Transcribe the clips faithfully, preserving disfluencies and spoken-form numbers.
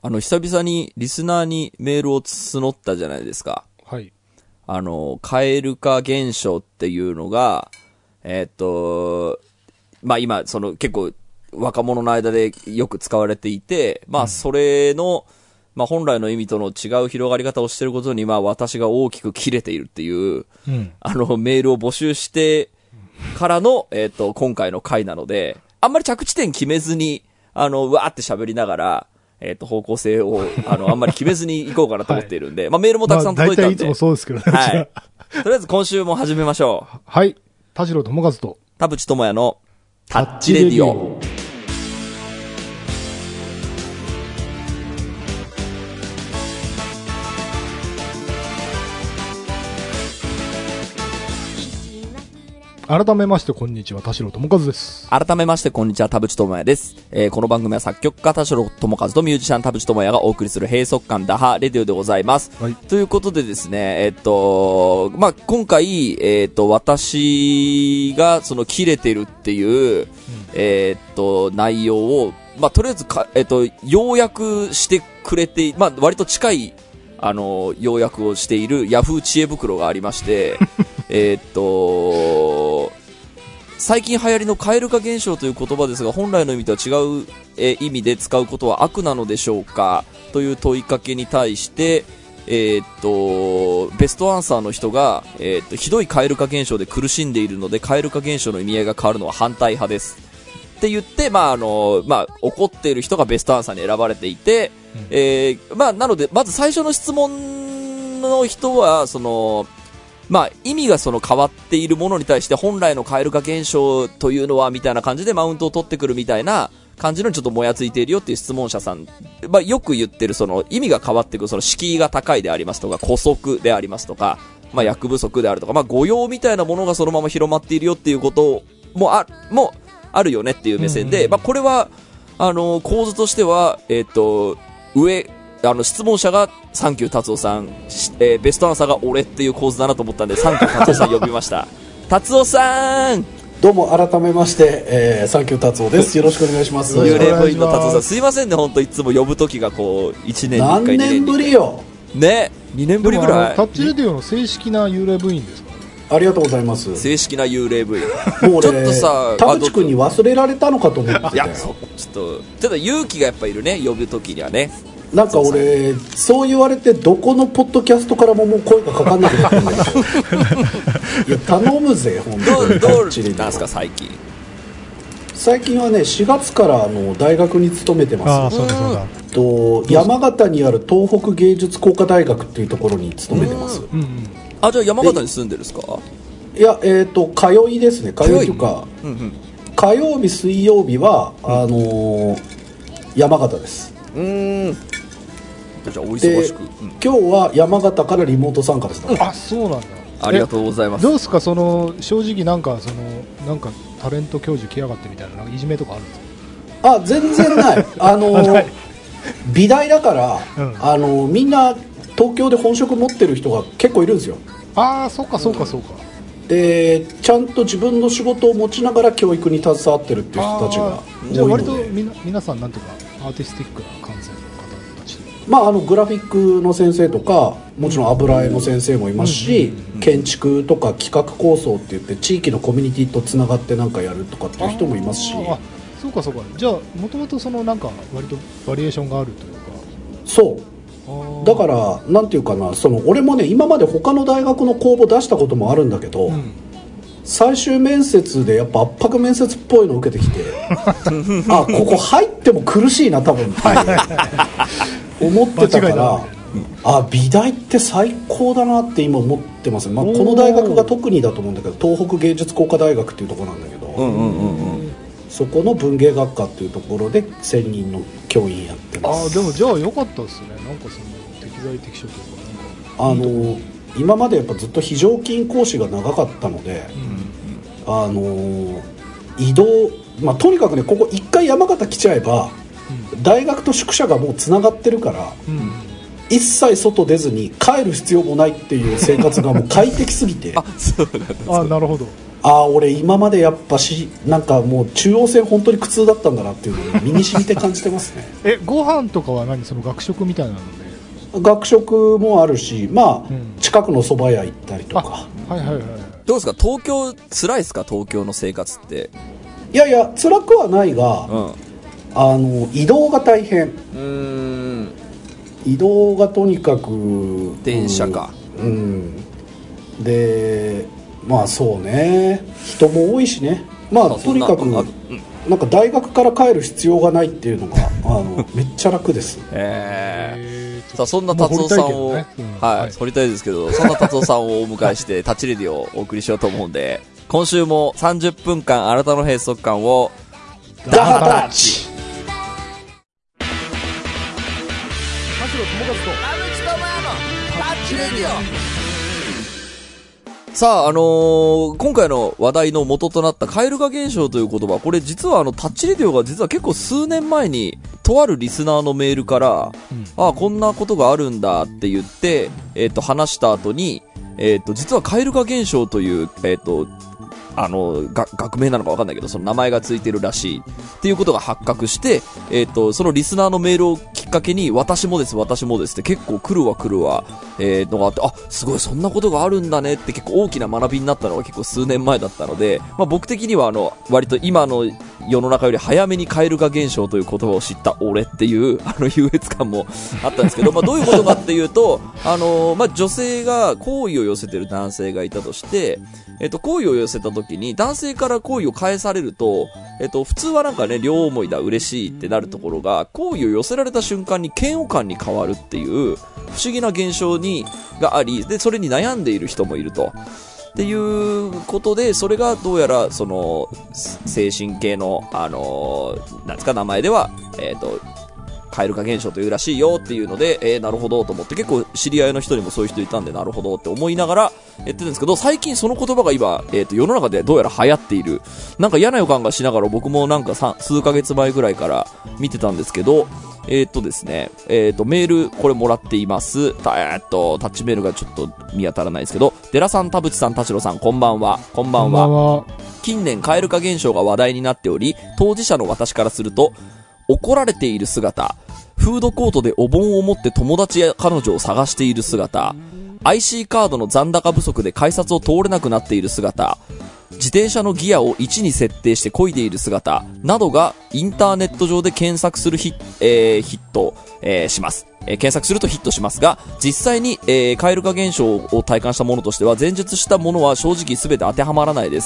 あの、久々にリスナーにメールを募ったじゃないですか。 はい。 あの、蛙化現象っていうのが、えーっと、まあ今、その結構若者の間でよく使われていて、まあそれの、うん、まあ本来の意味との違う広がり方をしていることに、まあ私が大きく切れているっていう、うん、あのメールを募集してからの、えーっと、今回の回なので、あんまり着地点決めずに、あの、わーって喋りながら、えっと、方向性を、あの、あんまり決めずに行こうかなと思っているんで、はい、まあメールもたくさん届いたんで。 まあ、大体いつもそうですけどね。 はい。とりあえず今週も始めましょう。 はい。田代智和と、 田淵智也のタッチレディオ。 改めましてこんにちは、田代智和です。 改めましてこんにちは、田淵智也です。えー、この番組は作曲家田代智和とミュージシャン田淵智也がお送りする閉塞感打破レディオでございます。はい、ということでですね、えっと、まあ、今回、えっと、私がその切れてるっていう、うん、えっと、内容を、まあ、とりあえずか、えっと、要約してくれて、まあ、割と近い、あの、要約をしているヤフー知恵袋がありまして、えっと、最近流行りの蛙化現象という言葉ですが、本来の意味とは違う、えー、意味で使うことは悪なのでしょうかという問いかけに対して、えっと、ベストアンサーの人が、えっと、ひどい蛙化現象で苦しんでいるので、蛙化現象の意味合いが変わるのは反対派です。って言って、まあ、あの、まあ、怒っている人がベストアンサーに選ばれていて、うん、えー、まあ、なので、まず最初の質問の人は、その、まあ、意味がその変わっているものに対して本来の蛙化現象というのはみたいな感じでマウントを取ってくるみたいな感じのちょっともやついているよっていう質問者さん、まあ、よく言ってるその意味が変わってくるその敷居が高いでありますとか姑息でありますとか、まあ、役不足であるとか、まあ、誤用みたいなものがそのまま広まっているよっていうこともあ、もあるよねっていう目線で、まあ、これはあの構図としては、えっと、上あの質問者がサンキュー達夫さん、えー、ベストアンサーが俺っていう構図だなと思ったんでサンキュー達夫さん呼びました達夫さん、 どうも改めまして、えー、サンキュー達夫です。よろしくお願いします。 幽霊部員の達夫さん、すいませんね、本当いつも呼ぶ時がこういちねんにいっかい、 何年ぶりよね、にねんぶりぐらい。 タッチレディオの正式な幽霊部員ですか？ ありがとうございます。 正式な幽霊部員。 もうちょっとさ、田淵君に忘れられたのかと思ってたよ。いや、 ちょっとちょっと勇気がやっぱいるね、呼ぶ時にはね。 なんか俺 そう, そう言われてどこのポッドキャストからももう声がかかんなくなってるんだけどいや頼むぜ本当に。 どうなんですか最近？ 最近はねしがつからあの大学に勤めてます。 ああそうだそうだ。 と山形にある東北芸術工科大学っていうところに勤めてます。うんうん、 あ、じゃあ山形に住んでるんですか？ いやえっ、ー、と通いですね。通いというか、うんうん、火曜日水曜日は、うん、あのー、山形です。うーん、 じゃあお忙しく、うん、 今日は山形からリモート参加です。 あ、そうなんだ。 ありがとうございます。 どうですか、その正直なんかそのなんかタレント教授来やがってみたい な, なんかいじめとかあるんですか？ あ、全然ないあのー、美大だから、うん、あのー、みんな東京で本職持ってる人が結構いるんですよ。 ああ、そうかそうかそうか、 うん、でちゃんと自分の仕事を持ちながら教育に携わってるっていう人たちが多いので、 じゃあ割とみな皆さんなんとかアーティスティックな感性の方たち、 まあ、あのグラフィックの先生とかもちろん油絵の先生もいますし、建築とか企画構想って言って地域のコミュニティとつながってなんかやるとかっていう人もいますし。あ、 そうかそうか。じゃあもともとそのなんか割とバリエーションがあるというか。 そうだからなんていうかな、その俺もね今まで他の大学の公募出したこともあるんだけど、うん、最終面接でやっぱ圧迫面接っぽいのを受けてきてあ、ここ入っても苦しいな多分って思ってたからあ、美大って最高だなって今思ってます、まあ、この大学が特にだと思うんだけど東北芸術工科大学っていうところなんだけど、うんうんうんうん、そこの文芸学科っていうところでせんにんの教員やってます。 あ、でもじゃあ良かったですね。なんかその適材適所というか、 なんかあの今までやっぱずっと非常勤講師が長かったので、うん、あの移動、まあ、とにかくねここ一回山形来ちゃえば、うん、大学と宿舎がもうつながってるから、うん、一切外出ずに帰る必要もないっていう生活がもう快適すぎてあ、そうなんだ。 あ、なるほど。 ああ俺今までやっぱしなんかもう中央線本当に苦痛だったんだなっていうのを身に染みて感じてますねえご飯とかは何その学食みたいなので学食もあるしまあ、うん、近くの蕎麦屋行ったりとか。 はいはいはい。 どうですか東京辛いですか東京の生活って。 いやいや辛くはないが、うん、あの移動が大変。うーん移動がとにかく電車か、 うん、うん、でまあそうね人も多いしねまあとにかく、うん、なんか大学から帰る必要がないっていうのがあのめっちゃ楽ですへーさあそんな達夫さんを、ねうんはいはい、掘りたいですけどそんな達夫さんをお迎えしてタッチレディをお送りしようと思うんで今週もさんじゅっぷんかんあなたの閉塞感をダハタッチさあ、あのー、今回の話題の元となった蛙化現象という言葉、これ実はあのタッチレディオが実は結構数年前にとあるリスナーのメールから、うん、ああこんなことがあるんだって言って、えっと話した後に、えっと実は蛙化現象というえっとあのが学名なのか分かんないけどその名前がついてるらしいっていうことが発覚して、えー、とそのリスナーのメールをきっかけに私もです私もですって結構来るわ来るわ、えー、のがあってあすごいそんなことがあるんだねって結構大きな学びになったのが結構数年前だったので、まあ、僕的にはあの割と今の世の中より早めに蛙化現象という言葉を知った俺っていうあの優越感もあったんですけど、まあ、どういうことかっていうとあの、まあ、女性が好意を寄せてる男性がいたとして、えー、と好意を寄せた時に男性から好意を返されると、えっと、普通はなんかね両思いだ嬉しいってなるところが好意を寄せられた瞬間に嫌悪感に変わるっていう不思議な現象にがありでそれに悩んでいる人もいるとっていうことでそれがどうやらその精神系のあのなんですか名前ではえっと蛙化現象というらしいよっていうので、えー、なるほどと思って結構知り合いの人にもそういう人いたんでなるほどって思いながら言ってるんですけど最近その言葉が今、えー、と世の中でどうやら流行っているなんか嫌な予感がしながら僕もなんか数ヶ月前ぐらいから見てたんですけどえー、っとですねえー、っとメールこれもらっていますた、えー、っとタッチメールがちょっと見当たらないですけどデラさん田淵さん田代さんこんばんはこんばんは、んん近年蛙化現象が話題になっており当事者の私からすると怒られている姿フードコートでお盆を持って友達や彼女を探している姿 アイシー カードの残高不足で改札を通れなくなっている姿自転車のギアをいちに設定して漕いでいる姿などがインターネット上で検索するヒッ、えー、ヒット、えー、します、えー、検索するとヒットしますが実際に、えー、蛙化現象を体感したものとしては前述したものは正直全て当てはまらないです、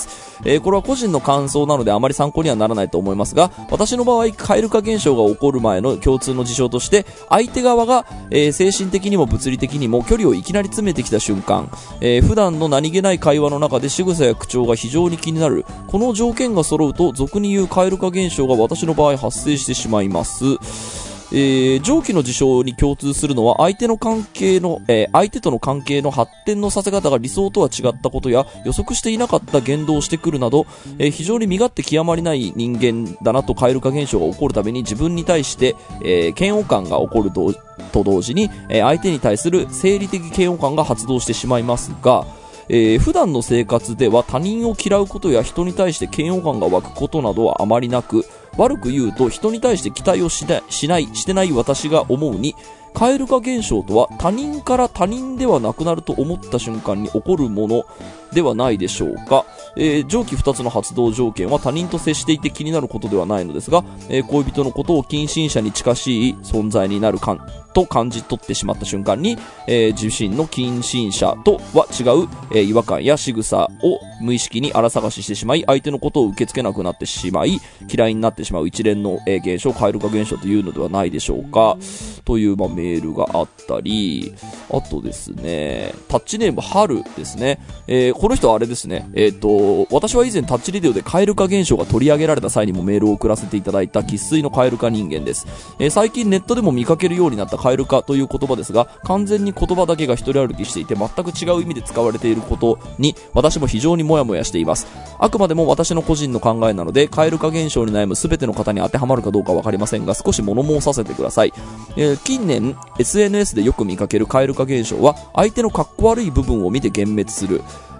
えー、これは個人の感想なのであまり参考にはならないと思いますが私の場合蛙化現象が起こる前の共通の事象として相手側が、えー、精神的にも物理的にも距離をいきなり詰めてきた瞬間、えー、普段の何気ない会話の中で仕草や口調が非常に気になるこの条件が揃うと俗に言う蛙化現象が私の場合発生してしまいます。えー、上記の事象に共通するのは相手の関係の、えー、相手との関係の発展のさせ方が理想とは違ったことや予測していなかった言動をしてくるなど、えー、非常に身勝手極まりない人間だなと蛙化現象が起こるために自分に対して、えー、嫌悪感が起こると、と同時に、えー、相手に対する生理的嫌悪感が発動してしまいますがえー、普段の生活では他人を嫌うことや人に対して嫌悪感が湧くことなどはあまりなく悪く言うと人に対して期待をしな、しないしてない私が思うに蛙化現象とは他人から他人ではなくなると思った瞬間に起こるものではないでしょうか、えー、上記ふたつの発動条件は他人と接していて気になることではないのですが、えー、恋人のことを近親者に近しい存在になるかと感じ取ってしまった瞬間に、えー、自身の近親者とは違う、えー、違和感や仕草を無意識に荒探ししてしまい相手のことを受け付けなくなってしまい嫌いになってしまう一連の、えー、現象蛙化現象というのではないでしょうかという、まあ、メールがあったりあとですねタッチネーム春ですね、えー、この人はあれですねえっと私は以前タッチレディオで蛙化現象が取り上げられた際にもメールを送らせていただいた生粋の蛙化人間です、えー、最近ネットでも見かけるようになった蛙化という言葉ですが完全に言葉だけが一人歩きしていて全く違う意味で使われていることに私も非常にモヤモヤしていますあくまでも私の個人の考えなので蛙化現象に悩む全ての方に当てはまるかどうかわかりませんが少し物申させてください、えー、近年 エスエヌエス でよく見かける蛙化現象は相手のかっこ悪い部分を見て幻滅する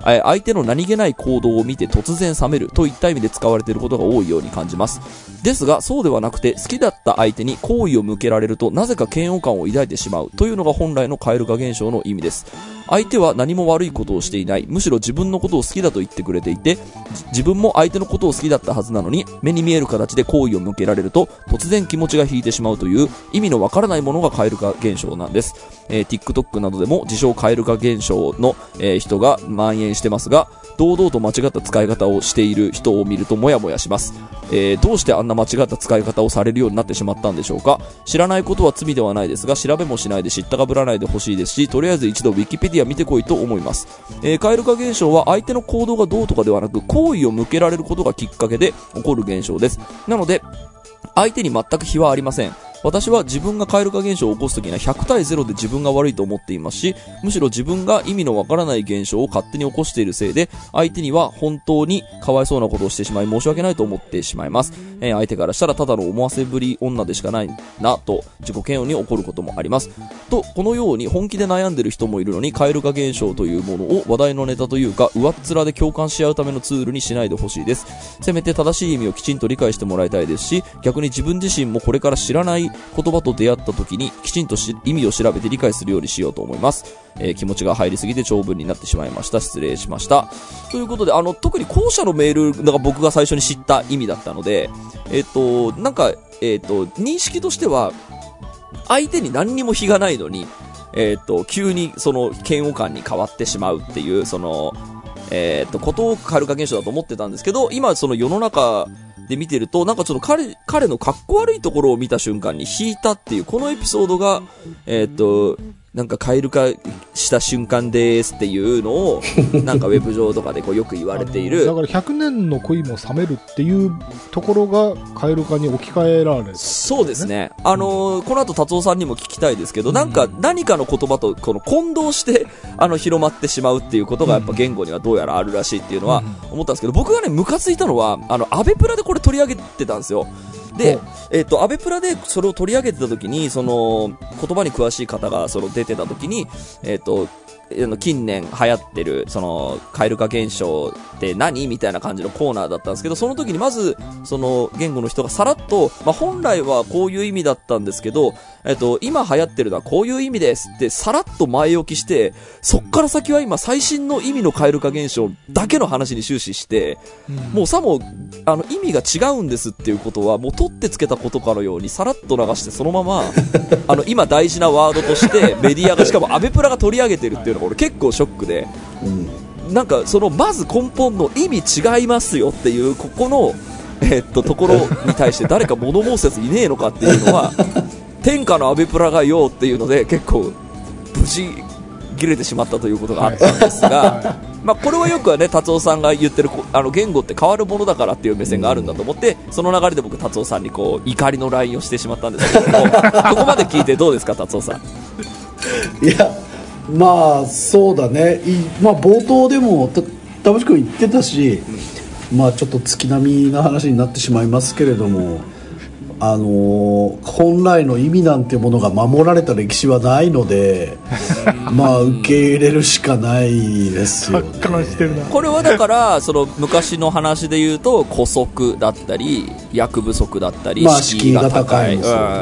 相手の何気ない行動を見て突然冷めるといった意味で使われていることが多いように感じます。ですがそうではなくて、好きだった相手に好意を向けられるとなぜか嫌悪感を抱いてしまうというのが本来の蛙化現象の意味です。相手は何も悪いことをしていない、むしろ自分のことを好きだと言ってくれていて、自分も相手のことを好きだったはずなのに、目に見える形で好意を向けられると突然気持ちが引いてしまうという意味のわからないものが蛙化現象なんです。えー、TikTok などでも自称蛙化現象の、えー、人が蔓延してますが、堂々と間違った使い方をしている人を見るとモヤモヤします。えー、どうしてあんな間違った使い方をされるようになってしまったんでしょうか。知らないことは罪ではないですが、調べもしないで知ったかぶらないでほしいですし、とりあえず一度ウィキペディア見てこいと思います。えー、蛙化現象は相手の行動がどうとかではなく、好意を向けられることがきっかけで起こる現象です。なので相手に全く非はありません。私は自分が蛙化現象を起こすときにはひゃくたいゼロで自分が悪いと思っていますし、むしろ自分が意味のわからない現象を勝手に起こしているせいで、相手には本当にかわいそうなことをしてしまい申し訳ないと思ってしまいます。えー、相手からしたらただの思わせぶり女でしかないなと自己嫌悪に起こることもあります。と、このように本気で悩んでいる人もいるのに、蛙化現象というものを話題のネタというか上っ面で共感し合うためのツールにしないでほしいです。せめて正しい意味をきちんと理解してもらいたいですし、逆に自分自身もこれから知らない言葉と出会った時にきちんとし意味を調べて理解するようにしようと思います。えー、気持ちが入りすぎて長文になってしまいました。失礼しました。ということで、あの特に後者のメールが僕が最初に知った意味だったので、えっとなんかえっと認識としては相手に何にも非がないのに、えっと急にその嫌悪感に変わってしまうっていうそのえっとことを蛙化現象だと思ってたんですけど、今その世の中で見てると、なんかちょっと彼、彼のかっこ悪いところを見た瞬間に引いたっていう、このエピソードが、えっと、なんか蛙化した瞬間ですっていうのを、なんかウェブ上とかでこうよく言われている。 だからひゃくねんの恋も冷めるっていうところが蛙化に置き換えられた、ね。 そうですね。あのー、この後達夫さんにも聞きたいですけど、なんか何かの言葉とこの混同して、あの、広まってしまうっていうことがやっぱ言語にはどうやらあるらしいっていうのは思ったんですけど、僕がね、ムカついたのは、あの、アベプラでこれ取り上げてたんですよ。で、えっと、アベプラでそれを取り上げてた時に、その、言葉に詳しい方がその出てた時に、えっと、近年流行ってるその蛙化現象って何みたいな感じのコーナーだったんですけど、その時にまずその言語の人がさらっと、まあ、本来はこういう意味だったんですけど、えっと、今流行ってるのはこういう意味ですってさらっと前置きして、そっから先は今最新の意味の蛙化現象だけの話に終始して、うん、もうさもあの意味が違うんですっていうことはもう取ってつけたことかのようにさらっと流して、そのままあの今大事なワードとしてメディアがしかもアベプラが取り上げてるっていうのが俺結構ショックで、うん、なんかそのまず根本の意味違いますよっていうここの、えー、っとところに対して誰か物申すやついねえのかっていうのは天下のアベプラがよっていうので結構無事切れてしまったということがあったんですが、はい、まあ、これはよくはね達夫さんが言ってるあの言語って変わるものだからっていう目線があるんだと思って、その流れで僕達夫さんにこう怒りのラインをしてしまったんですけどもここまで聞いてどうですか達夫さん。 いやまあそうだね、まあ、冒頭でも田淵君言ってたし、うん、まあちょっと月並みな話になってしまいますけれども、あのー、本来の意味なんてものが守られた歴史はないのでまあ受け入れるしかないですよね。 これはだからその昔の話で言うと姑息だったり役不足だったり、 まあ、敷居が高い、 うん、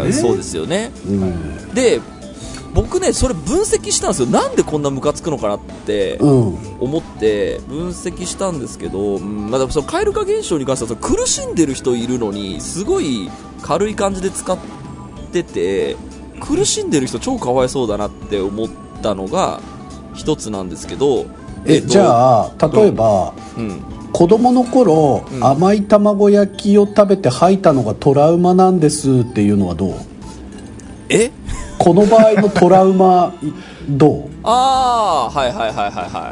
そうですよね、うん、で僕ねそれ分析したんですよ。なんでこんなムカつくのかなって思って分析したんですけど、うん、まあ、その蛙化現象に関しては苦しんでる人いるのにすごい軽い感じで使ってて、苦しんでる人超かわいそうだなって思ったのが一つなんですけど、 え、えっと、じゃあ例えば、うんうん、子供の頃、うん、甘い卵焼きを食べて吐いたのがトラウマなんですっていうのはどう？ えこの場合のトラウマどう？ ああ、はいはいはいはいはい。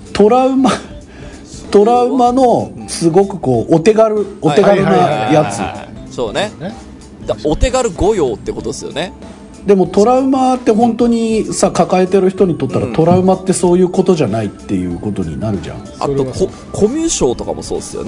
トラウマトラウマのすごくこうお手軽お手軽なやつ。 そうね。だお手軽御用ってことですよね。 でもトラウマって本当にさ抱えてる人にとったら、うん、トラウマってそういうことじゃないっていうことになるじゃん。 あとコミュ障とかもそうですよね。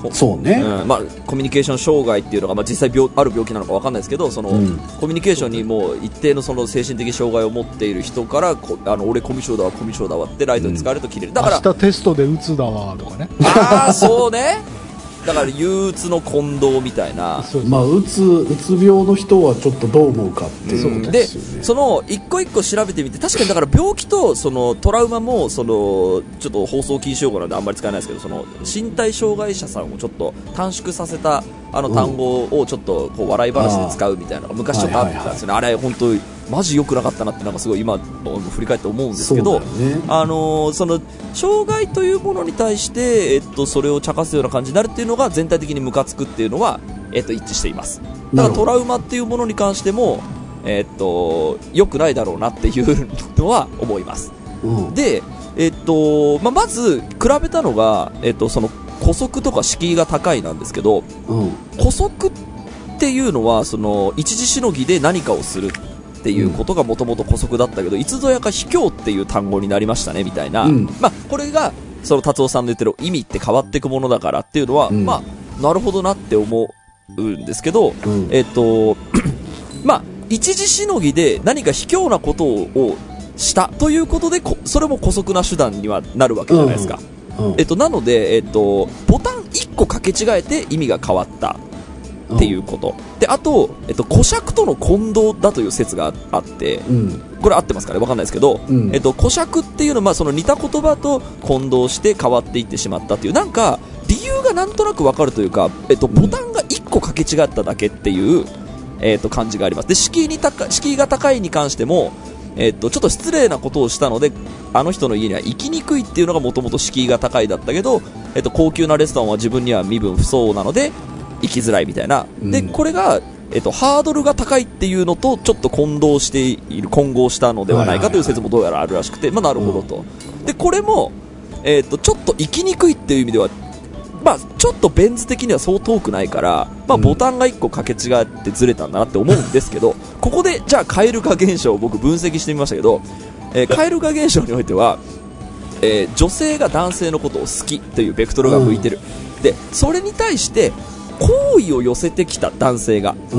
そうね、 うん、まあ、コミュニケーション障害っていうのが、まあ、実際病ある病気なのか分かんないですけど、その、うん、コミュニケーションにもう一定のその精神的障害を持っている人からこあの俺コミュ障だわコミュ障だわってライトに使われると切れる、うん、だから明日テストで鬱だわとかね、 ああそうねだから憂鬱の混同みたいな、 まあ、うつ、うつ病の人はちょっとどう思うかっていうことですよね。 でその一個一個調べてみて、確かにだから病気とそのトラウマもそのちょっと放送禁止用語なんであんまり使えないですけど、その身体障害者さんをちょっと短縮させたあの単語をちょっとこう笑い話で使うみたいなのが昔ちょっとあったんですよね。あれ本当マジ良くなかったなってなんかすごい今振り返って思うんですけど、ね、あのその障害というものに対して、えっと、それを茶化すような感じになるっていうのが全体的にムカつくっていうのは、えっと、一致しています。だからトラウマっていうものに関しても、えっと、良くないだろうなっていうのは思います、うん、で、えっとまあ、まず比べたのが、えっと、その姑息とか敷居が高いなんですけど、うん、姑息っていうのはその一時しのぎで何かをするっていうことがもともと姑息だったけど、いつぞやか卑怯っていう単語になりましたねみたいな、うん、まあ、これがその達夫さんの言ってる意味って変わっていくものだからっていうのは、うん、まあ、なるほどなって思うんですけど、うん、えっとまあ一時しのぎで何か卑怯なことをしたということでそれも姑息な手段にはなるわけじゃないですか、うんうん、えっと、なので、えっと、ボタンいっこ掛け違えて意味が変わったっていうこと、うん、であと、えっと、古釈との混同だという説があって、うん、これ合ってますかね、分かんないですけど、うん、えっと、古釈っていうのは、まあ、その似た言葉と混同して変わっていってしまったっていう、なんか理由がなんとなく分かるというか、えっと、ボタンがいっこ掛け違っただけっていう、えっと、感じがあります。で、敷居に高敷居が高いに関しても、えっと、ちょっと失礼なことをしたのであの人の家には行きにくいっていうのがもともと敷居が高いだったけど、えっと、高級なレストランは自分には身分不相応なので行きづらいみたいな、うん、でこれが、えっと、ハードルが高いっていうのとちょっと混同している混合したのではないかという説もどうやらあるらしくて、まあ、なるほどと、うん、でこれも、えっと、ちょっと行きにくいっていう意味では、まあ、ちょっとベン図的にはそう遠くないから、まあ、ボタンがいっこ掛け違ってずれたんだなって思うんですけど、ここでじゃあ蛙化現象を僕分析してみましたけど、えー、蛙化現象においては、えー、女性が男性のことを好きというベクトルが向いてる、うん、でそれに対して好意を寄せてきた男性が、うん、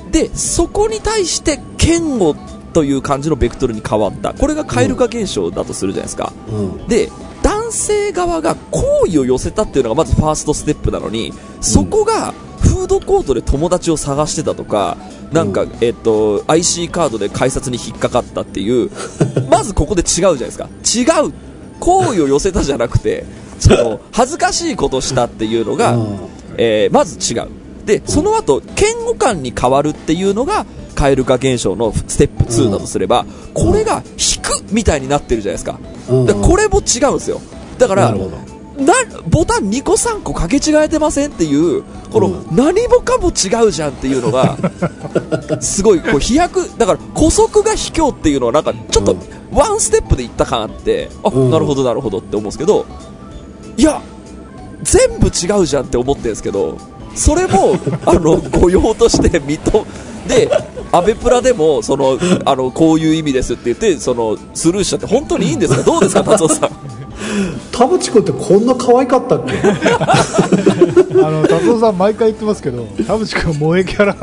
でそこに対して嫌悪という感じのベクトルに変わった、これが蛙化現象だとするじゃないですか、うん、で男性側が好意を寄せたっていうのがまずファーストステップなのに、そこがフードコートで友達を探してたとか、なんか、えっと、アイシー カードで改札に引っかかったっていうまずここで違うじゃないですか。違う、好意を寄せたじゃなくてその恥ずかしいことしたっていうのが、えー、まず違う。でその後嫌悪感に変わるっていうのが蛙化現象のステップツーだとすれば、これが引くみたいになってるじゃないですか。だからこれも違うんですよ。だからなボタンにこさんこ掛け違えてませんっていうこの何もかも違うじゃんっていうのがすごいこう飛躍だから、姑息が卑怯っていうのはなんかちょっとワンステップでいった感あって、あ、なるほどなるほどって思うんですけど、いや全部違うじゃんって思ってるんですけど、それもあの御用として認でアベプラでもそのあのこういう意味ですって言ってそのスルーしちゃって本当にいいんですか、どうですか達夫さん。 田淵君ってこんな可愛かったっけあの達夫さん毎回言ってますけど、田淵君萌えキャラ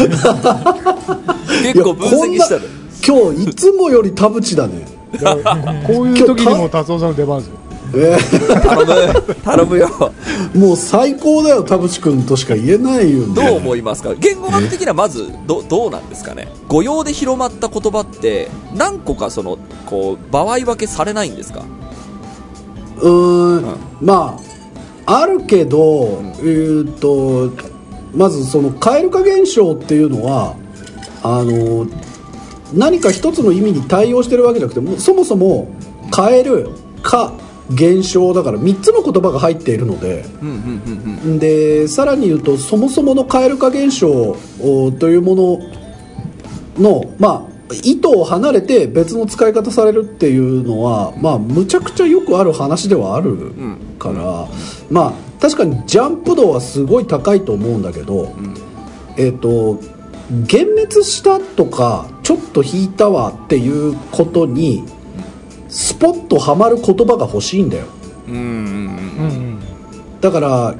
結構分析したね。 今日いつもより田淵だね。 こういう時にも達夫さんの出番ですよ。 えー、 頼む頼むよ。 もう最高だよ田淵君としか言えないよね。 どう思いますか。言語学的にはまず ど, どうなんですかね。語用で広まった言葉って何個かそのこう場合分けされないんですか。 うーん、うん、まああるけど、うん、えー、っとまずその蛙化現象っていうのはあの何か一つの意味に対応してるわけじゃなくて、もうそもそも蛙化現象だからみっつの言葉が入っているので、うんうんうんうん、でさらに言うとそもそもの蛙化現象というものの、まあ、意図を離れて別の使い方されるっていうのは、まあ、むちゃくちゃよくある話ではあるから、うんうん、まあ確かにジャンプ度はすごい高いと思うんだけど、うん、えーと幻滅したとかちょっと引いたわっていうことにスポッとはまる言葉が欲しいんだよ。うんうんうん、だから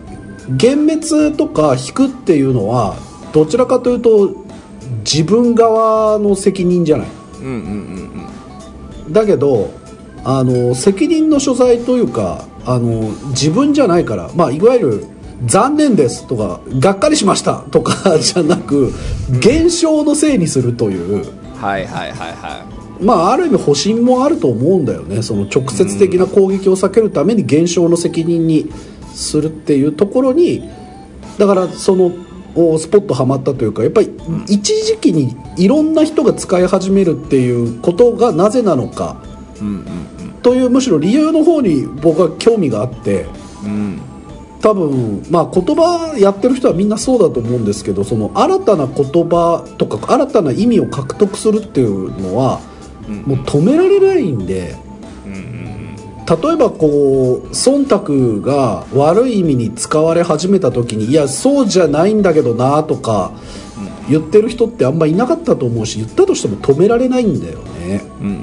幻滅とか引くっていうのはどちらかというと自分側の責任じゃない、 うんうんうんうん、だけどあの責任の所在というかあの自分じゃないから、まあ、いわゆる残念ですとかがっかりしましたとかじゃなく、現象のせいにするという、 はいはいはいはい、 まあ、ある意味保身もあると思うんだよね。その直接的な攻撃を避けるために現象の責任にするっていうところに、だからそのスポットはまったというか、やっぱり一時期にいろんな人が使い始めるっていうことがなぜなのかという、むしろ理由の方に僕は興味があって、多分まあ言葉やってる人はみんなそうだと思うんですけど、その新たな言葉とか新たな意味を獲得するっていうのはもう止められないんで、例えばこう忖度が悪い意味に使われ始めた時に、いやそうじゃないんだけどなとか言ってる人ってあんまいなかったと思うし、言ったとしても止められないんだよね。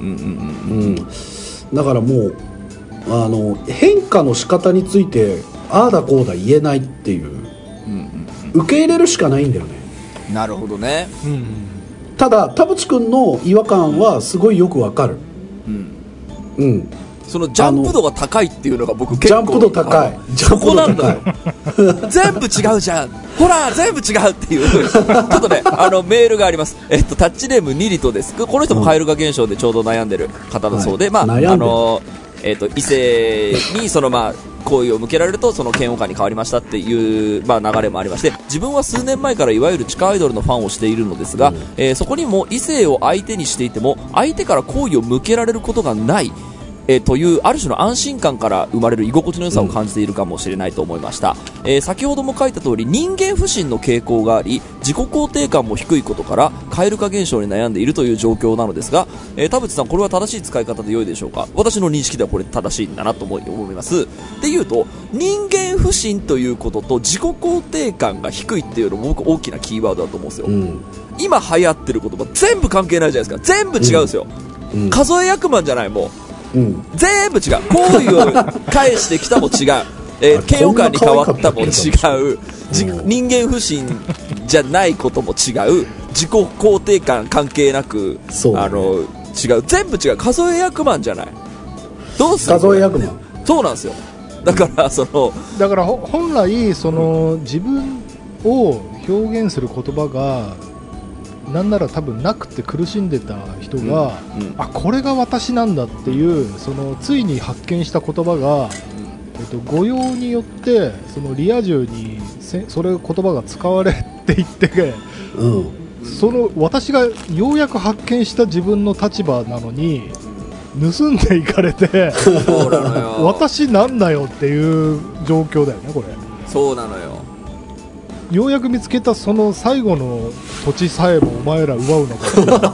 だからもうあの変化の仕方についてああだこうだ言えないっていう、受け入れるしかないんだよね。 なるほどね、うんうん、 ただ田淵君の違和感はすごいよくわかる、うんうん、 そのジャンプ度が高いっていうのが僕結構ジャンプ度高い、 そこなんだよ全部違うじゃん、ほら全部違うっていうちょっとねあのメールがあります。えっとタッチネームニリトです。この人も蛙化現象でちょうど悩んでる方だそうで、うん、まああのえっと異性にそのまあ行為を向けられるとその嫌悪感に変わりましたっていう、まあ、流れもありまして、自分は数年前からいわゆる地下アイドルのファンをしているのですが、うん、えー、そこにも異性を相手にしていても相手から好意を向けられることがない、えー、というある種の安心感から生まれる居心地の良さを感じているかもしれないと思いました、うん、えー、先ほども書いた通り人間不信の傾向があり自己肯定感も低いことから蛙化現象に悩んでいるという状況なのですが、えー、田淵さんこれは正しい使い方で良いでしょうか。私の認識ではこれ正しいんだなと思いますっていうと、人間不信ということと自己肯定感が低いっていうのも僕大きなキーワードだと思うんですよ、うん、今流行ってる言葉全部関係ないじゃないですか。全部違うんですよ、うんうん、数え役満じゃない、もう、うん、全部違う。好意を返してきたも違う、えー、嫌悪感に変わったも違う、人間不信じゃないことも違う、自己肯定感関係なく、ね、あの違う、全部違う。数え役満じゃない。どうする数え役満。 そうなんですよ。だからそのだから本来その自分を表現する言葉がなんなら多分なくて苦しんでた人が、うんうん、あこれが私なんだっていうそのついに発見した言葉が、えっと、語用によってそのリア充にせそれ言葉が使われていって、うん、その私がようやく発見した自分の立場なのに盗んでいかれてそうなのよ私なんだよっていう状況だよねこれ。 そうなのよ。 ようやく見つけたその最後の土地さえもお前ら奪うのか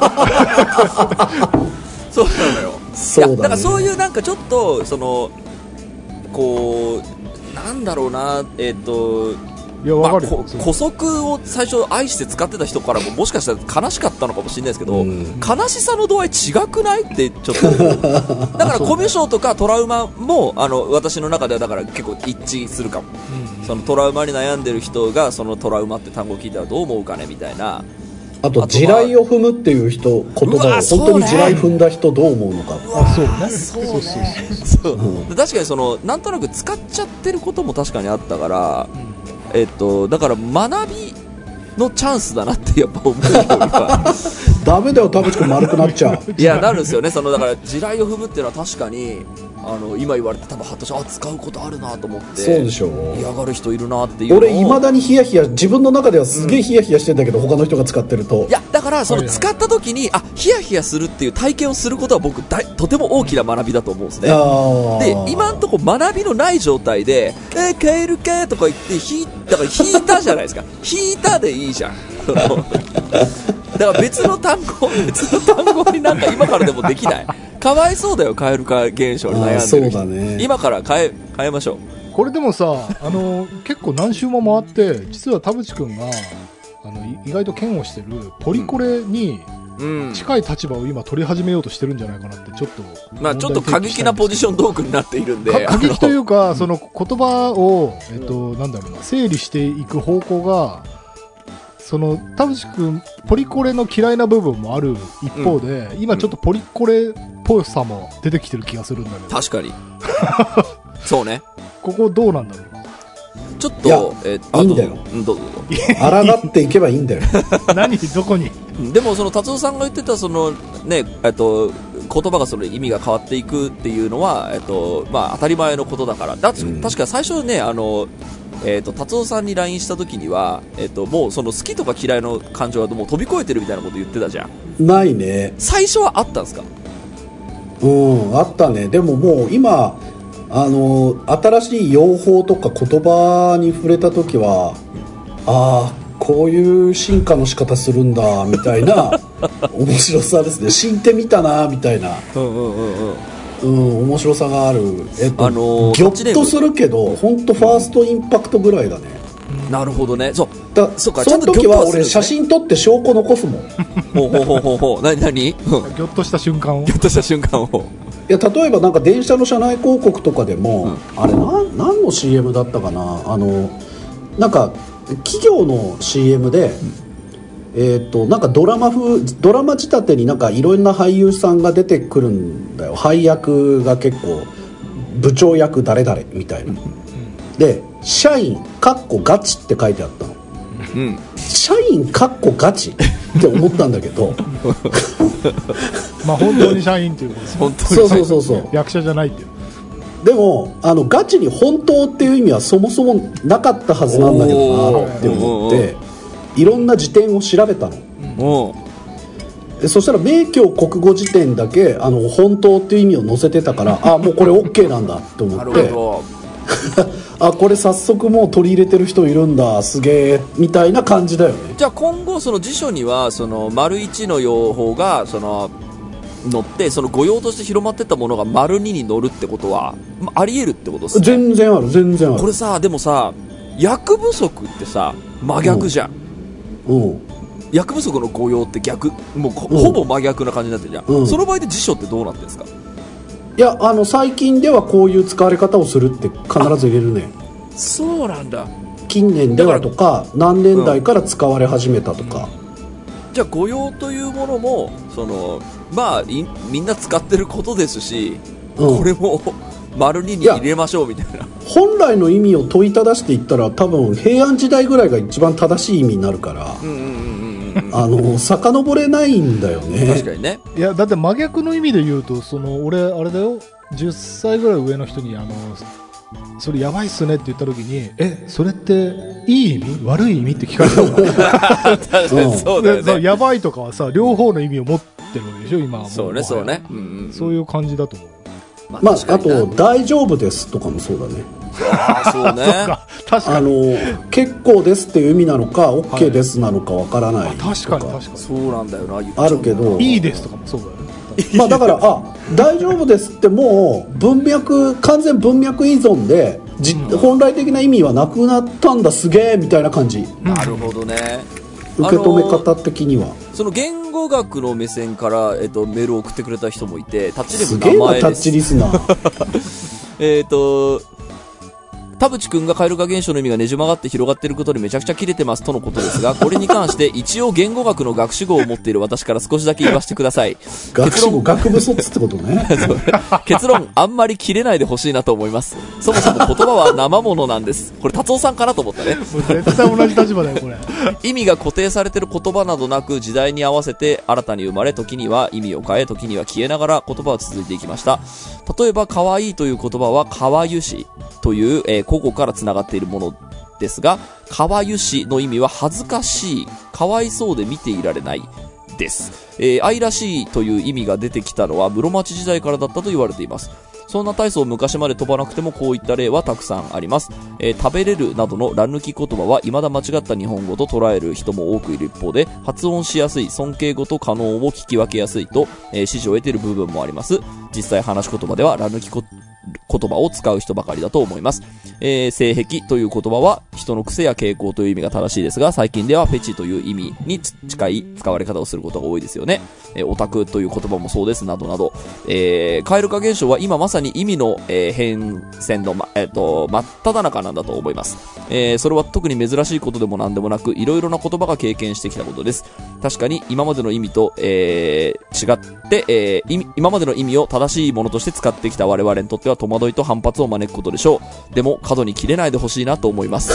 そうなのよ。そうだね、いやだからそういうなんかちょっとそのこうなんだろうな、えっ、ー、といやわかる、 まあ、姑息を最初愛して使ってた人からももしかしたら悲しかったのかもしれないですけど、うん、悲しさの度合い違くないってちょっとだからコミュ障とかトラウマもあの私の中ではだから結構一致するかも、うん、そのトラウマに悩んでる人がそのトラウマって単語を聞いたらどう思うかねみたいな。 あと地雷を踏むっていう人言葉を本当に地雷踏んだ人どう思うのか。 あそうねそうそうそうそう確かにそのなんとなく使っちゃってることも確かにあったから、うん、えっとだから学びのチャンスだなってやっぱ思うよりはダメだよ田淵君丸くなっちゃういやなるんですよね。そのだから地雷を踏むっていうのは確かにあの今言われて多分はっとしあ使うことあるなと思ってそうでしょう嫌がる人いるなっていうのを俺いまだにヒヤヒヤ自分の中ではすげえヒヤヒヤしてんだけど、うん、他の人が使ってるといやだからその使った時にあヒヤヒヤするっていう体験をすることは僕だとても大きな学びだと思うんですね。で今んとこ学びのない状態でえー、ケール系とか言ってひだから引いたじゃないですか引いたでいいじゃんだから別の単語別の単語になんか今からでもできないかわいそうだよ蛙化現象に悩んでる人、ね、今から変え変えましょう。 これでもさあの結構何周も回って実は田淵君があの意外と嫌悪してるポリコレに、 うん、近い立場を今取り始めようとしてるんじゃないかなってちょっとまあちょっと過激なポジショントークになっているんで過激というかその言葉を、えっと、なんだろうな整理していく方向がその田淵君ポリコレの嫌いな部分もある一方で、うん、今ちょっとポリコレっぽさも出てきてる気がするんだけど確かにそうねここどうなんだろうちょっとえー、いいんだよどうぞ抗っていけばいいんだよ何どこにでもその達夫さんが言ってたそのねえっと言葉がその意味が変わっていくっていうのはえっとまあ当たり前のことだからだ、うん、確か最初ねあのえっと達夫さんに ライン した時にはえっともうその好きとか嫌いの感情はもう飛び越えてるみたいなこと言ってたじゃんないね最初はあったんですかうんあったねでももう今あの新しい用法とか言葉に触れた時はああこういう進化の仕方するんだみたいな面白さですね死んでみたなみたいなうんうんうんうんうん面白さがあるえっと、あのー、ギョッとするけど本当ファーストインパクトぐらいだねなるほどねそうだそうかその時は俺写真撮って証拠残すもんほうほうほうほうほう何何ギョッとした瞬間をギョッとした瞬間をいや例えばなんか電車の車内広告とかでも、うん、あれなん何の シーエム だったかなあのなんか企業の シーエム で、うん、えー、となんかドラマ風ドラマ仕立てになんかいろんな俳優さんが出てくるんだよ配役が結構部長役誰々みたいな、うん、で社員かっこガチって書いてあったの、うん、社員かっこガチって思ったんだけどまあ本当に社員っていうことです本当にそうそうそうそう役者じゃないっていうでもあのガチに本当っていう意味はそもそもなかったはずなんだけどなって思っていろんな辞典を調べたのでそしたら明教国語辞典だけあの本当っていう意味を載せてたからあもうこれ OK なんだって思ってあこれ早速もう取り入れてる人いるんだすげえみたいな感じだよねじゃあ今後その辞書にはその丸一の用法がその載ってその誤用として広まってったものが丸二に載るってことは、まあ、あり得るってことですね全然ある全然あるこれさでもさ役不足ってさ真逆じゃん、うんうん、役不足の誤用って逆もう、うん、ほぼ真逆な感じになってるじゃん、うん、その場合で辞書ってどうなってるんですかいやあの最近ではこういう使われ方をするって必ず入れるねそうなんだ近年ではとか何年代から使われ始めたとか、 うん、じゃあ誤用というものもそのまあみんな使ってることですし、うん、これも丸二に入れましょうみたいな本来の意味を問いただしていったら多分平安時代ぐらいが一番正しい意味になるから、うんうんうんうん、あの遡れないんだよね確かにねいやだって真逆の意味で言うとその俺あれだよじゅっさいぐらい上の人にあのそれやばいっすねって言った時にえそれっていい意味悪い意味って聞かれたの確かにそうだよねやばいとかはさ両方の意味を持ってるわけでしょ今はもうそうねそうね、 うんうんうん、そういう感じだと思うまあ、まあ、あと大丈夫ですとかもそうだねあそうねそうか確かにあの結構ですっていう意味なのか OK ですなのかわからないとか、 はい、確かに確かにそうなんだよなあるけどいいですとかもそうだよねまあだからあ大丈夫ですってもう文脈完全文脈依存でじ、うん、本来的な意味はなくなったんだすげえみたいな感じ、 うん、なるほどね受け止め方的にはその言語学の目線から、えっと、メールを送ってくれた人もいてタッチレブ名前ですすげえなタッチリスナーえっと田淵くんが蛙化現象の意味がねじ曲がって広がっていることにめちゃくちゃキレてますとのことですがこれに関して一応言語学の学士号を持っている私から少しだけ言わせてください学士号学部卒ってことね結論あんまりキレないでほしいなと思いますそもそも言葉は生ものなんですこれ達夫さんかなと思ったね絶対同じ立場だよこれ意味が固定されている言葉などなく時代に合わせて新たに生まれ時には意味を変え時には消えながら言葉は続いていきました例えば可愛いという言葉はかわゆしという、えー、古語からつながっているものですがかわゆしの意味は恥ずかしいかわいそうで見ていられないです、えー、愛らしいという意味が出てきたのは室町時代からだったと言われていますそんな大層昔まで飛ばなくてもこういった例はたくさんあります、えー、食べれるなどの乱抜き言葉は未だ間違った日本語と捉える人も多くいる一方で発音しやすい尊敬語と可能を聞き分けやすいと、えー、支持を得ている部分もあります実際話し言葉では乱抜き言葉を使う人ばかりだと思います。えー、性癖という言葉は人の癖や傾向という意味が正しいですが、最近ではフェチという意味に近い使われ方をすることが多いですよね。えー、オタクという言葉もそうですなどなど、えー、蛙化現象は今まさに意味の、えー、変遷の、ま、えっと、真っ只中なんだと思います。えー、それは特に珍しいことでも何でもなく、いろいろな言葉が経験してきたことです。確かに今までの意味と、えー、違って、えー、今までの意味を正しいものとして使ってきた我々にとっては戸惑いと反発を招くことでしょう。でも過度に切れないでほしいなと思います。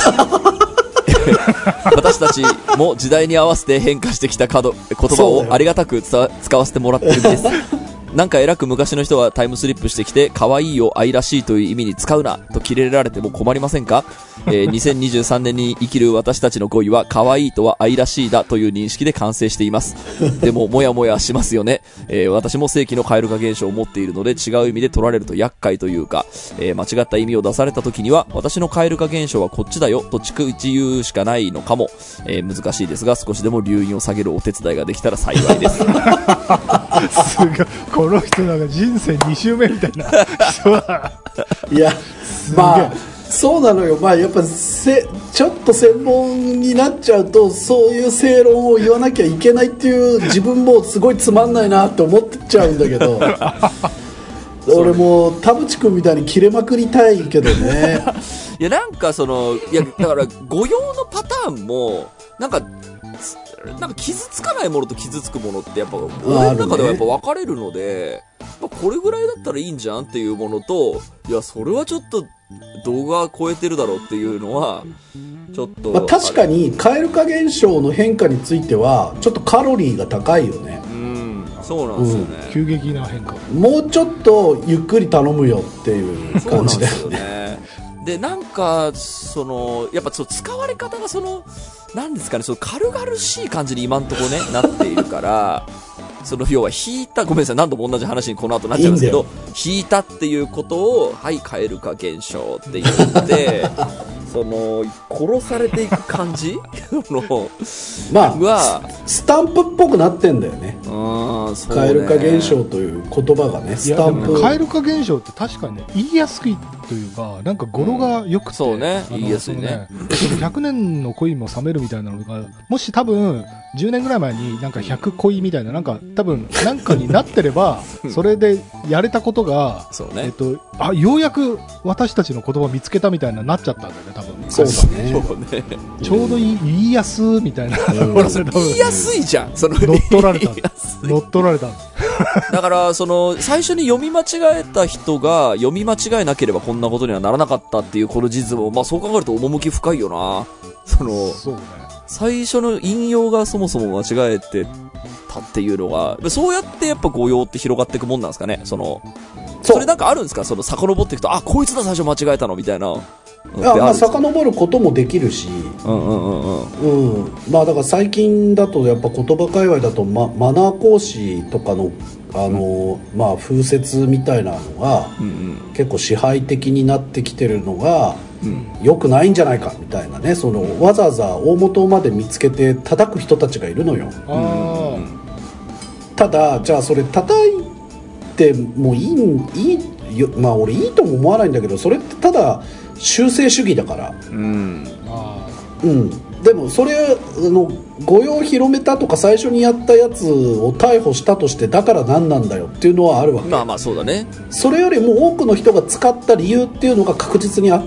私たちも時代に合わせて変化してきた角言葉をありがたく使わせてもらってるんです。なんか偉く昔の人はタイムスリップしてきて可愛いを愛らしいという意味に使うなとキレられても困りませんか？えー、にせんにじゅうさんねんに生きる私たちの語彙は可愛いとは愛らしいだという認識で完成しています。でももやもやしますよね。えー、私も正規の蛙化現象を持っているので違う意味で取られると厄介というか、えー、間違った意味を出された時には私の蛙化現象はこっちだよと逐一言うしかないのかも、えー、難しいですが少しでも留飲を下げるお手伝いができたら幸いです。すごい、この人なんか人生に周目みたいな人は。 いや、まあそうなのよ。まあやっぱせちょっと専門になっちゃうとそういう正論を言わなきゃいけないっていう自分もすごいつまんないなって思っちゃうんだけど俺も田淵君みたいに切れまくりたいけどね。 いやなんかそのいやだから語用のパターンもなんかなんか傷つかないものと傷つくものってやっぱ俺の中ではやっぱ分かれるので、まあ、これぐらいだったらいいんじゃんっていうものと、いやそれはちょっと動画超えてるだろうっていうのはちょっと、 まあ、確かに蛙化現象の変化についてはちょっとカロリーが高いよね。 うん、そうなんですよね、 うん、急激な変化。 もうちょっとゆっくり頼むよっていう感じだよね。 でなんかそのやっぱその使われ方がそのなんですかね、その軽々しい感じに今んとこねなっているからその要は引いた、ごめんなさい何度も同じ話にこの後なっちゃうんですけど、引いたっていうことをはい蛙化現象って言ってその殺されていく感じのまあはスタンプっぽくなってんだよね。 うんそうね、 蛙化現象という言葉がね、スタンプ。 蛙化現象って確かに、ね、言いやすいというか、なんか語呂が良くて、うん、 そうね、言いやすいね。 ひゃくねんの恋も冷めるみたいなのが、もし多分じゅうねんぐらい前になんかひゃく恋みたいな、なんか多分なんかになってればそれでやれたことがそうね、 えっと、あ、ようやく私たちの言葉見つけたみたいななっちゃったんだよね、多分。 そうだね。 そうね、 ちょうどいい、言いやすみたいな、 うん、言いやすいじゃん、その乗っ取られた乗っ取られただからその最初に読み間違えた人が読み間違えなければこんなことにはならなかったっていうこの事実も、まあ、そう考えると趣深いよな。そのそうね、 最初の引用がそもそも間違えてたっていうのが、そうやってやっぱ語用って広がっていくもんなんですかね。そのそれなんかあるんですか、その遡っていくと、あ、こいつだ最初間違えたのみたいな。 いや、まあ遡ることもできるし、 うんうんうんうん、 うん、まあだから最近だとやっぱ言葉界隈だと、ま、マナー講師とかのあの、うん、まあ風説みたいなのが、うんうん、結構支配的になってきてるのが、うん、良くないんじゃないかみたいなね、そのわざわざ大元まで見つけて叩く人たちがいるのよ。あ、ただじゃあそれ叩いてもいいいいよ、まあ俺いいとも思わないんだけど、それってただ修正主義だから、うんあうん、でもそれの語用を広めたとか最初にやったやつを逮捕したとしてだから何なんだよっていうのはあるわけ。 まあまあそうだね。 それよりも多くの人が使った理由っていうのが確実にあって、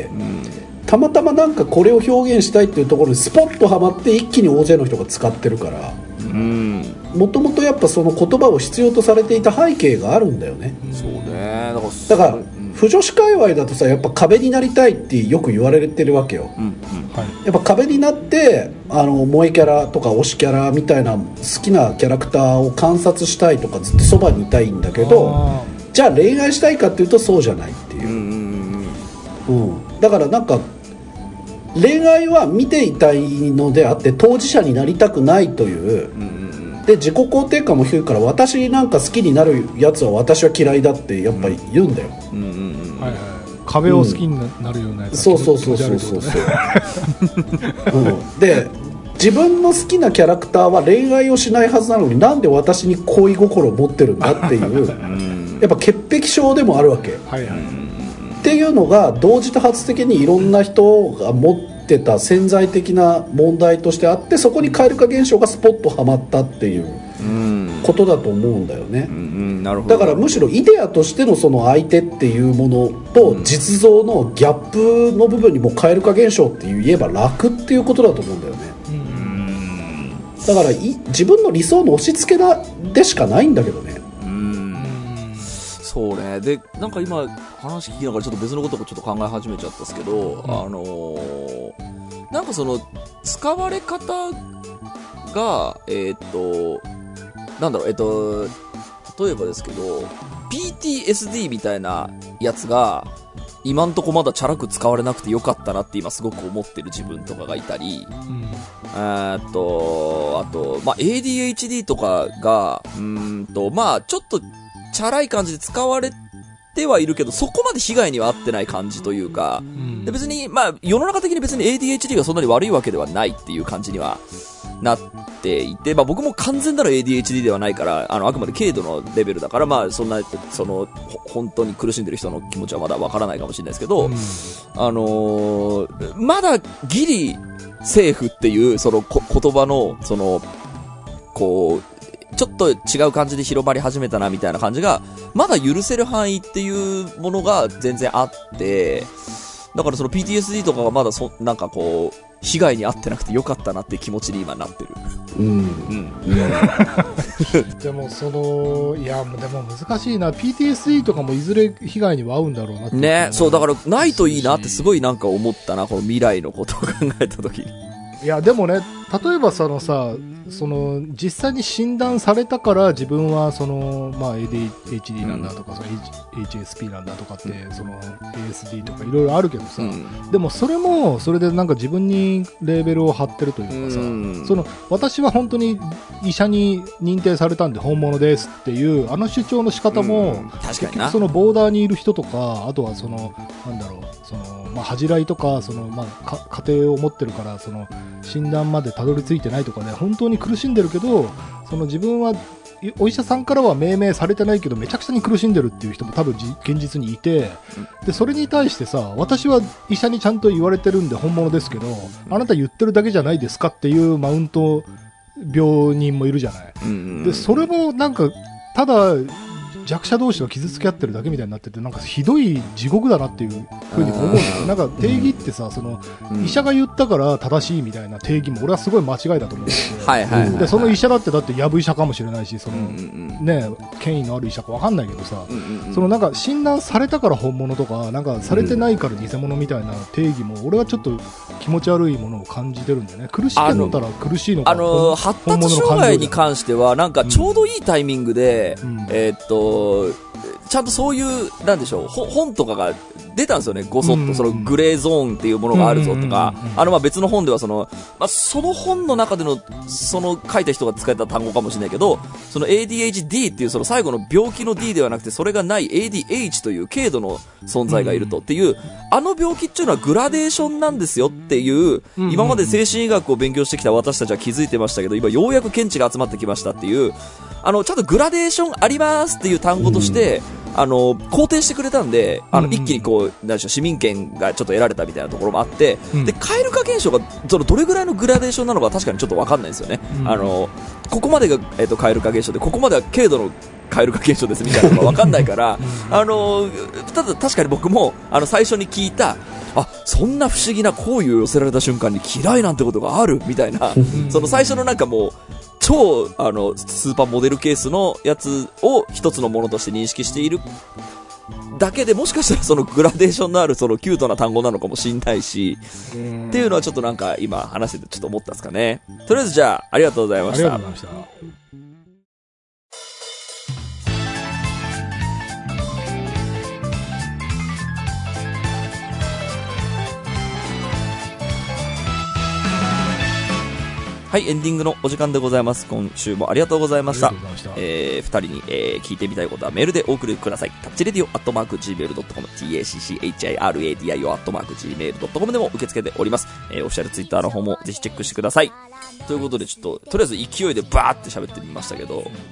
うん、たまたまなんかこれを表現したいっていうところにスポッとはまって一気に大勢の人が使ってるから、もともとやっぱその言葉を必要とされていた背景があるんだよね。 そうね。 だから不女子界隈だとさ、やっぱ壁になりたいってよく言われてるわけよ、うんうん、やっぱ壁になってあの萌えキャラとか推しキャラみたいな好きなキャラクターを観察したいとかずっとそばにいたいんだけど、じゃあ恋愛したいかっていうとそうじゃないっていう、うんうんうんうん、だからなんか恋愛は見ていたいのであって当事者になりたくないという、うんうん、で自己肯定感も低いから、私なんか好きになるやつは私は嫌いだってやっぱり言うんだよ、うんうんうん、はいはい、 壁を好きになるようなやつ、 うん、そうそうそうそうそうそう、うん、で自分の好きなキャラクターは恋愛をしないはずなのになんで私に恋心を持ってるんだっていう、うん、やっぱ潔癖症でもあるわけ、はいはい、 っていうのが同時多発的にいろんな人が持ってた潜在的な問題としてあって、そこに蛙化現象がスポッとはまったっていうことだと思うんだよね。 うんうん、なるほど。 だからむしろイデアとしてのその相手っていうものと実像のギャップの部分にも蛙化現象って言えば楽っていうことだと思うんだよね。うん、だからい自分の理想の押し付けだでしかないんだけどね。 そうね。で、なんか今話聞きながらちょっと別のことをちょっと考え始めちゃったんですけど、うん、あのー、なんかその使われ方がえー、っとなんだろうえー、っと例えばですけど ピーティーエスディー みたいなやつが今んとこまだチャラく使われなくてよかったなって今すごく思ってる自分とかがいたり、うん、えー、っとあとまあ エーディーエイチディー とかがうーんとまあちょっとチャラい感じで使われてはいるけど、そこまで被害には合ってない感じというか、うん、で別に、まあ、世の中的に別に エーディーエイチディー がそんなに悪いわけではないっていう感じにはなっていて、まあ僕も完全なる エーディーエイチディー ではないから、あの、あくまで軽度のレベルだから、まあそんな、その、本当に苦しんでる人の気持ちはまだわからないかもしれないですけど、うん、あのー、まだギリセーフっていう、そのこ言葉の、その、こう、ちょっと違う感じで広まり始めたなみたいな感じがまだ許せる範囲っていうものが全然あって、だからその ピーティーエスディー とかがまだそなんかこう被害に遭ってなくてよかったなっていう気持ちに今なってる。うん、うん、 でもそのいやでも難しいな。 ピーティーエスディー とかもいずれ被害には遭うんだろうなってね。そうだからないといいなってすごいなんか思ったな、この未来のことを考えた時に。 いやでもね、例えばそのさ、その実際に診断されたから自分はその、まあ、エーディーエイチディー なんだとか、うん、その エイチエスピー なんだとかって、うん、その エーエスディー とかいろいろあるけどさ、うん、でもそれもそれでなんか自分にレーベルを貼ってるというかさ、うん、その私は本当に医者に認定されたんで本物ですっていうあの主張の仕方も、うん、 確かにな。 そのボーダーにいる人とか、あとはそのなんだろう、そのまあ、恥じらいとか、そのまあか家庭を持ってるからその診断までたどり着いてないとかね、本当に苦しんでるけど、その自分はお医者さんからは命名されてないけどめちゃくちゃに苦しんでるっていう人も多分現実にいて、でそれに対してさ、私は医者にちゃんと言われてるんで本物ですけど、あなた言ってるだけじゃないですかっていうマウント病人もいるじゃない。でそれもなんかただ弱者同士が傷つけ合ってるだけみたいになってて、なんかひどい地獄だなっていう風に思うんですよ。なんか定義ってさ、その医者が言ったから正しいみたいな定義も俺はすごい間違いだと思うんですよ。はいはいはいはい、でその医者だってだってやぶ医者かもしれないし、その、うんうん、ね権威のある医者かわかんないけどさ、うんうんうん、そのなんか診断されたから本物とか、なんかされてないから偽物みたいな定義も俺はちょっと気持ち悪いものを感じてるんだよね。苦しけれたら苦しいのか。 あの発達障害に関してはなんかちょうどいいタイミングで、うん、えー、っとちゃんとそういうなんでしょう、本とかが出たんですよね。ごそっとそのグレーゾーンっていうものがあるぞとか、あのまあ別の本ではその、まあ、その本の中でのその書いた人が使えた単語かもしれないけど、その エーディーエイチディー っていうその最後の病気の D ではなくて、それがない エーディーエイチ という軽度の存在がいるとっていう、あの病気っていうのはグラデーションなんですよっていう、今まで精神医学を勉強してきた私たちは気づいてましたけど、今ようやく見地が集まってきましたっていう、あのちゃんとグラデーションありますっていう単語として、うん、あの肯定してくれたんで、あの一気にこうなんでしょう、市民権がちょっと得られたみたいなところもあって、うん、で蛙化現象がそのどれぐらいのグラデーションなのか確かにちょっと分かんないんですよね。うん、あのここまでが、えー、と蛙化現象で、ここまでは軽度の蛙化現象ですみたいなのが分かんないからあのただ確かに僕もあの最初に聞いた、あ、そんな不思議な好意を寄せられた瞬間に嫌いなんてことがあるみたいなその最初のなんかもう超あのスーパーモデルケースのやつを一つのものとして認識しているだけで、もしかしたらそのグラデーションのあるそのキュートな単語なのかもしんないしっていうのはちょっとなんか今話しててちょっと思ったんですかね。とりあえずじゃあありがとうございました。 ありがとうございました。 はい、エンディングのお時間でございます。今週もありがとうございました。えー、二人に、えー、聞いてみたいことはメールでお送りください。タッチレディオアットマーク ジーメールドットコム タッチレディオアットマーク ジーメールドットコム でも受け付けております。えー、オフィシャルツイッターの方もぜひチェックしてください。ということでちょっととりあえず勢いでバーって喋ってみましたけど、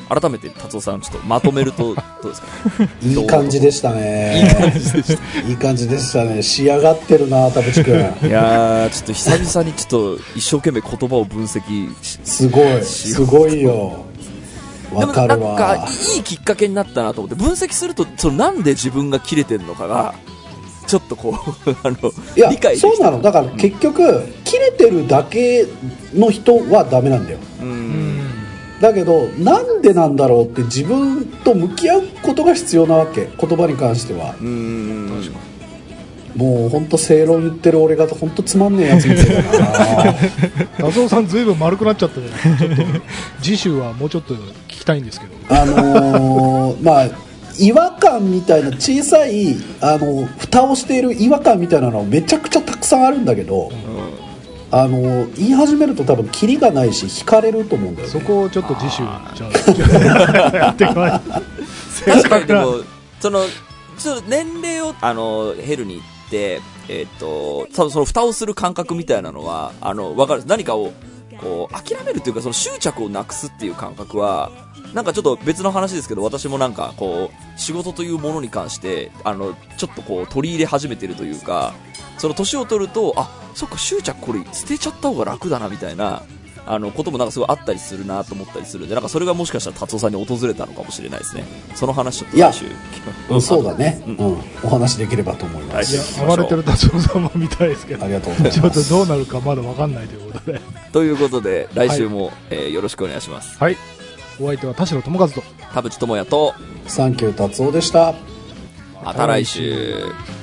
改めて達夫さんちょっとまとめるとどうですか？ いい感じでしたね。いい感じでした。いい感じでしたね。仕上がってるな、田淵君。いやー、ちょっと久々にちょっと一生懸命言葉を分析しすごいすごいよ。わかるわ。 なんかいいきっかけになったなと思って、分析するとそのなんで自分が切れてるのかがちょっとこうあのいや理解できた。 そうなの。だから結局、うん、切れてるだけの人はダメなんだよ。うんだけどなんでなんだろうって自分と向き合うことが必要なわけ。言葉に関しては。うーん確かに。もう本当正論言ってる俺が本当つまんねえやつみたいだな。 達夫さんずいぶん丸くなっちゃったね。ちょっと次週はもうちょっと聞きたいんですけど。 あのー、まあ違和感みたいな小さいあの蓋をしている違和感みたいなのはめちゃくちゃたくさんあるんだけど。うんあの言い始めると多分キリがないし惹かれると思うんだよね。 そこをちょっと次週じゃあやってこない確かに。でもそのちょっと年齢をあの減るに行ってえっ、ー、と多分その蓋をする感覚みたいなのはあの分かる。何かをこう諦めるというかその執着をなくすっていう感覚はなんかちょっと別の話ですけど、私もなんかこう仕事というものに関してあのちょっとこう取り入れ始めてるというか、その年を取るとあそっか執着これ捨てちゃった方が楽だなみたいなあのこともなんかすごいあったりするなと思ったりするんで、なんかそれがもしかしたら達夫さんに訪れたのかもしれないですね。その話ちょっと来週うん、そうだね、うんうん、お話できればと思います。 いや暴れてる達夫さんも見たいですけど、 ありがとうございます。 ちょっとどうなるかまだ分かんないということでということで来週も、はいえー、よろしくお願いします。 はい、お相手は田代智和と田淵智也とサンキュー達夫でした。 また来週。